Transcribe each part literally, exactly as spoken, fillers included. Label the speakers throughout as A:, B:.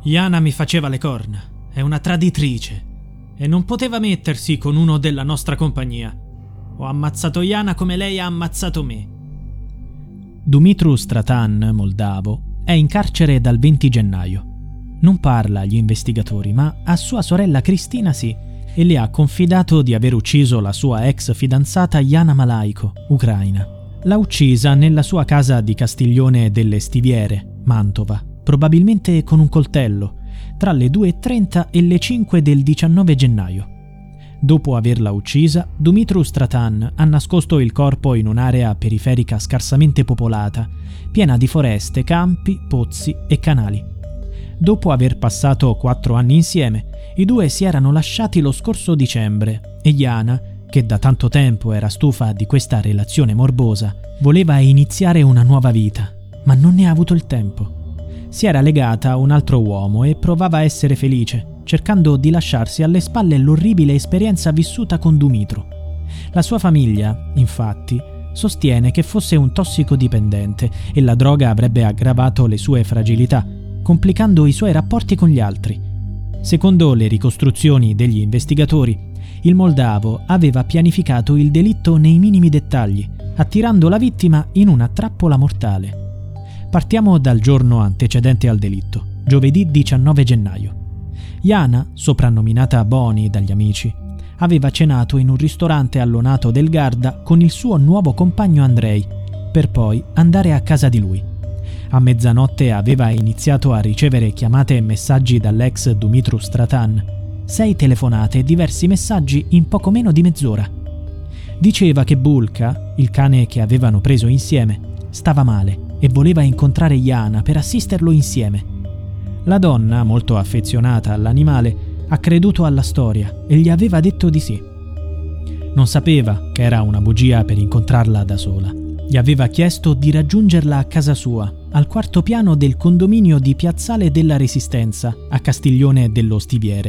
A: Jana mi faceva le corna, è una traditrice e non poteva mettersi con uno della nostra compagnia. Ho ammazzato Jana come lei ha ammazzato me.
B: Dumitru Stratan, moldavo, è in carcere dal venti gennaio. Non parla agli investigatori, ma a sua sorella Cristina sì, e le ha confidato di aver ucciso la sua ex fidanzata Jana Malaiko, ucraina. L'ha uccisa nella sua casa di Castiglione delle Stiviere, Mantova, probabilmente con un coltello, tra le due e trenta e le cinque del diciannove gennaio. Dopo averla uccisa, Dumitru Stratan ha nascosto il corpo in un'area periferica scarsamente popolata, piena di foreste, campi, pozzi e canali. Dopo aver passato quattro anni insieme, i due si erano lasciati lo scorso dicembre e Jana, che da tanto tempo era stufa di questa relazione morbosa, voleva iniziare una nuova vita, ma non ne ha avuto il tempo. Si era legata a un altro uomo e provava a essere felice, cercando di lasciarsi alle spalle l'orribile esperienza vissuta con Dumitru. La sua famiglia, infatti, sostiene che fosse un tossicodipendente e la droga avrebbe aggravato le sue fragilità, complicando i suoi rapporti con gli altri. Secondo le ricostruzioni degli investigatori, il moldavo aveva pianificato il delitto nei minimi dettagli, attirando la vittima in una trappola mortale. Partiamo dal giorno antecedente al delitto, giovedì diciannove gennaio. Jana, soprannominata Boni dagli amici, aveva cenato in un ristorante allonato del Garda con il suo nuovo compagno Andrei, per poi andare a casa di lui. A mezzanotte aveva iniziato a ricevere chiamate e messaggi dall'ex Dumitru Stratan, sei telefonate e diversi messaggi in poco meno di mezz'ora. Diceva che Bulka, il cane che avevano preso insieme, stava male e voleva incontrare Jana per assisterlo insieme. La donna, molto affezionata all'animale, ha creduto alla storia e gli aveva detto di sì. Non sapeva che era una bugia per incontrarla da sola. Gli aveva chiesto di raggiungerla a casa sua, al quarto piano del condominio di Piazzale della Resistenza, a Castiglione dello Stiviere.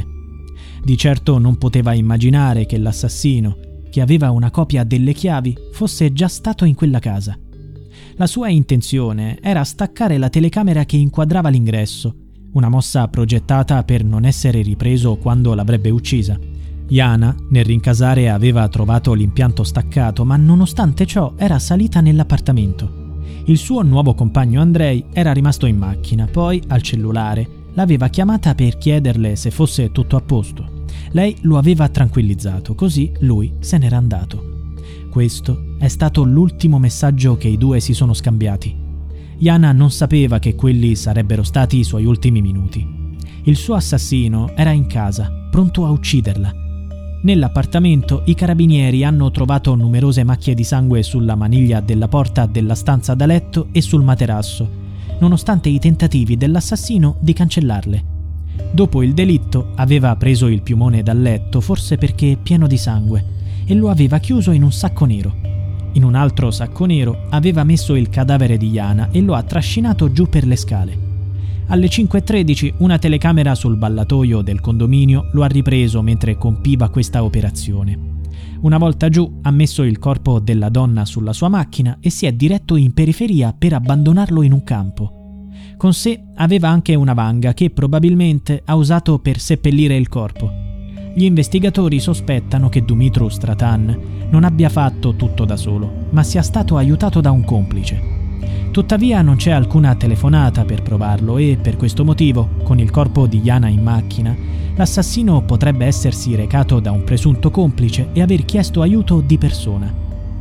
B: Di certo non poteva immaginare che l'assassino, che aveva una copia delle chiavi, fosse già stato in quella casa. La sua intenzione era staccare la telecamera che inquadrava l'ingresso, una mossa progettata per non essere ripreso quando l'avrebbe uccisa. Jana, nel rincasare, aveva trovato l'impianto staccato, ma nonostante ciò era salita nell'appartamento. Il suo nuovo compagno Andrei era rimasto in macchina, poi al cellulare l'aveva chiamata per chiederle se fosse tutto a posto. Lei lo aveva tranquillizzato, così lui se n'era andato. Questo è stato l'ultimo messaggio che i due si sono scambiati. Jana non sapeva che quelli sarebbero stati i suoi ultimi minuti. Il suo assassino era in casa, pronto a ucciderla. Nell'appartamento i carabinieri hanno trovato numerose macchie di sangue sulla maniglia della porta della stanza da letto e sul materasso, nonostante i tentativi dell'assassino di cancellarle. Dopo il delitto aveva preso il piumone dal letto, forse perché pieno di sangue, e lo aveva chiuso in un sacco nero. In un altro sacco nero aveva messo il cadavere di Jana e lo ha trascinato giù per le scale. Alle cinque e tredici una telecamera sul ballatoio del condominio lo ha ripreso mentre compiva questa operazione. Una volta giù ha messo il corpo della donna sulla sua macchina e si è diretto in periferia per abbandonarlo in un campo. Con sé aveva anche una vanga che probabilmente ha usato per seppellire il corpo. Gli investigatori sospettano che Dumitru Stratan non abbia fatto tutto da solo, ma sia stato aiutato da un complice. Tuttavia non c'è alcuna telefonata per provarlo e, per questo motivo, con il corpo di Jana in macchina, l'assassino potrebbe essersi recato da un presunto complice e aver chiesto aiuto di persona.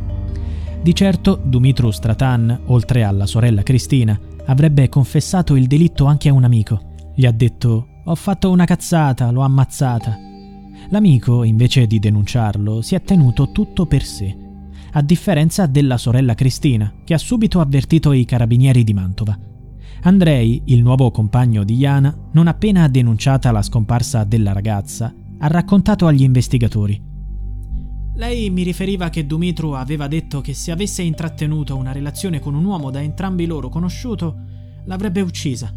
B: Di certo, Dumitru Stratan, oltre alla sorella Cristina, avrebbe confessato il delitto anche a un amico. Gli ha detto: «Ho fatto una cazzata, l'ho ammazzata». L'amico, invece di denunciarlo, si è tenuto tutto per sé, a differenza della sorella Cristina, che ha subito avvertito i carabinieri di Mantova. Andrei, il nuovo compagno di Jana, non appena denunciata la scomparsa della ragazza, ha raccontato agli investigatori: «Lei mi riferiva che Dumitru aveva detto che se avesse intrattenuto una relazione con un uomo da entrambi loro conosciuto, l'avrebbe uccisa».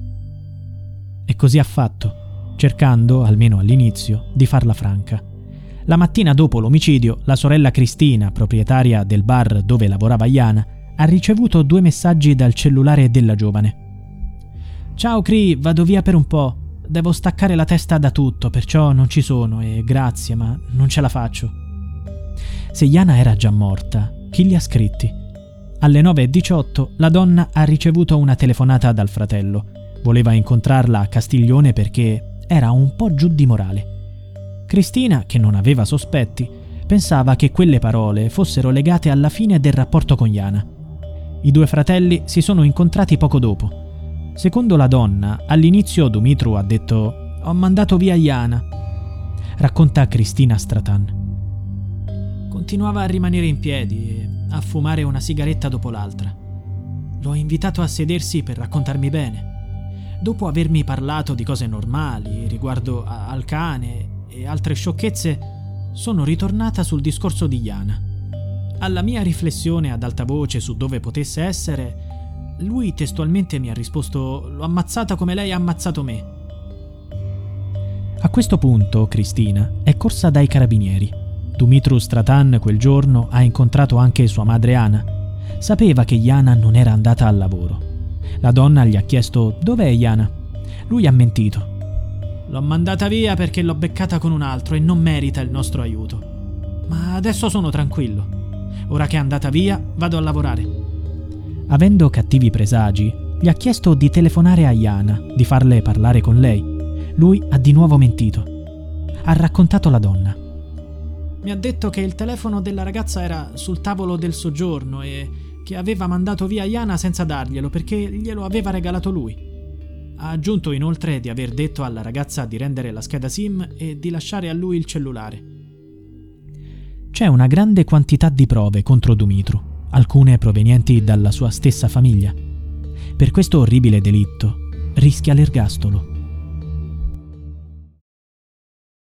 B: E così ha fatto, cercando, almeno all'inizio, di farla franca. La mattina dopo l'omicidio, la sorella Cristina, proprietaria del bar dove lavorava Jana, ha ricevuto due messaggi dal cellulare della giovane. «Ciao Cri, vado via per un po'. devo staccare la testa da tutto, perciò non ci sono e grazie, ma non ce la faccio. Se Jana era già morta, chi li ha scritti? Alle nove e diciotto la donna ha ricevuto una telefonata dal fratello. Voleva incontrarla a Castiglione perché era un po' giù di morale. Cristina, che non aveva sospetti, pensava che quelle parole fossero legate alla fine del rapporto con Jana. I due fratelli si sono incontrati poco dopo. Secondo la donna, all'inizio Dumitru ha detto «Ho mandato via Jana», racconta Cristina Stratan.
A: Continuava a rimanere in piedi e a fumare una sigaretta dopo l'altra. L'ho invitato a sedersi per raccontarmi bene. Dopo avermi parlato di cose normali riguardo a- al cane e altre sciocchezze, sono ritornata sul discorso di Jana. Alla mia riflessione ad alta voce su dove potesse essere, lui testualmente mi ha risposto «L'ho ammazzata come lei ha ammazzato me».
B: A questo punto Cristina è corsa dai carabinieri. Dumitru Stratan quel giorno ha incontrato anche sua madre Ana. Sapeva che Jana non era andata al lavoro. La donna gli ha chiesto «Dov'è Jana?» Lui ha mentito.
A: «L'ho mandata via perché l'ho beccata con un altro e non merita il nostro aiuto. Ma adesso sono tranquillo. Ora che è andata via, vado a lavorare».
B: Avendo cattivi presagi, gli ha chiesto di telefonare a Jana, di farle parlare con lei. Lui ha di nuovo mentito. Ha raccontato la donna.
A: Mi ha detto che il telefono della ragazza era sul tavolo del soggiorno e che aveva mandato via Jana senza darglielo perché glielo aveva regalato lui. Ha aggiunto inoltre di aver detto alla ragazza di rendere la scheda SIM e di lasciare a lui il cellulare.
B: C'è una grande quantità di prove contro Dumitru, alcune provenienti dalla sua stessa famiglia. Per questo orribile delitto rischia l'ergastolo.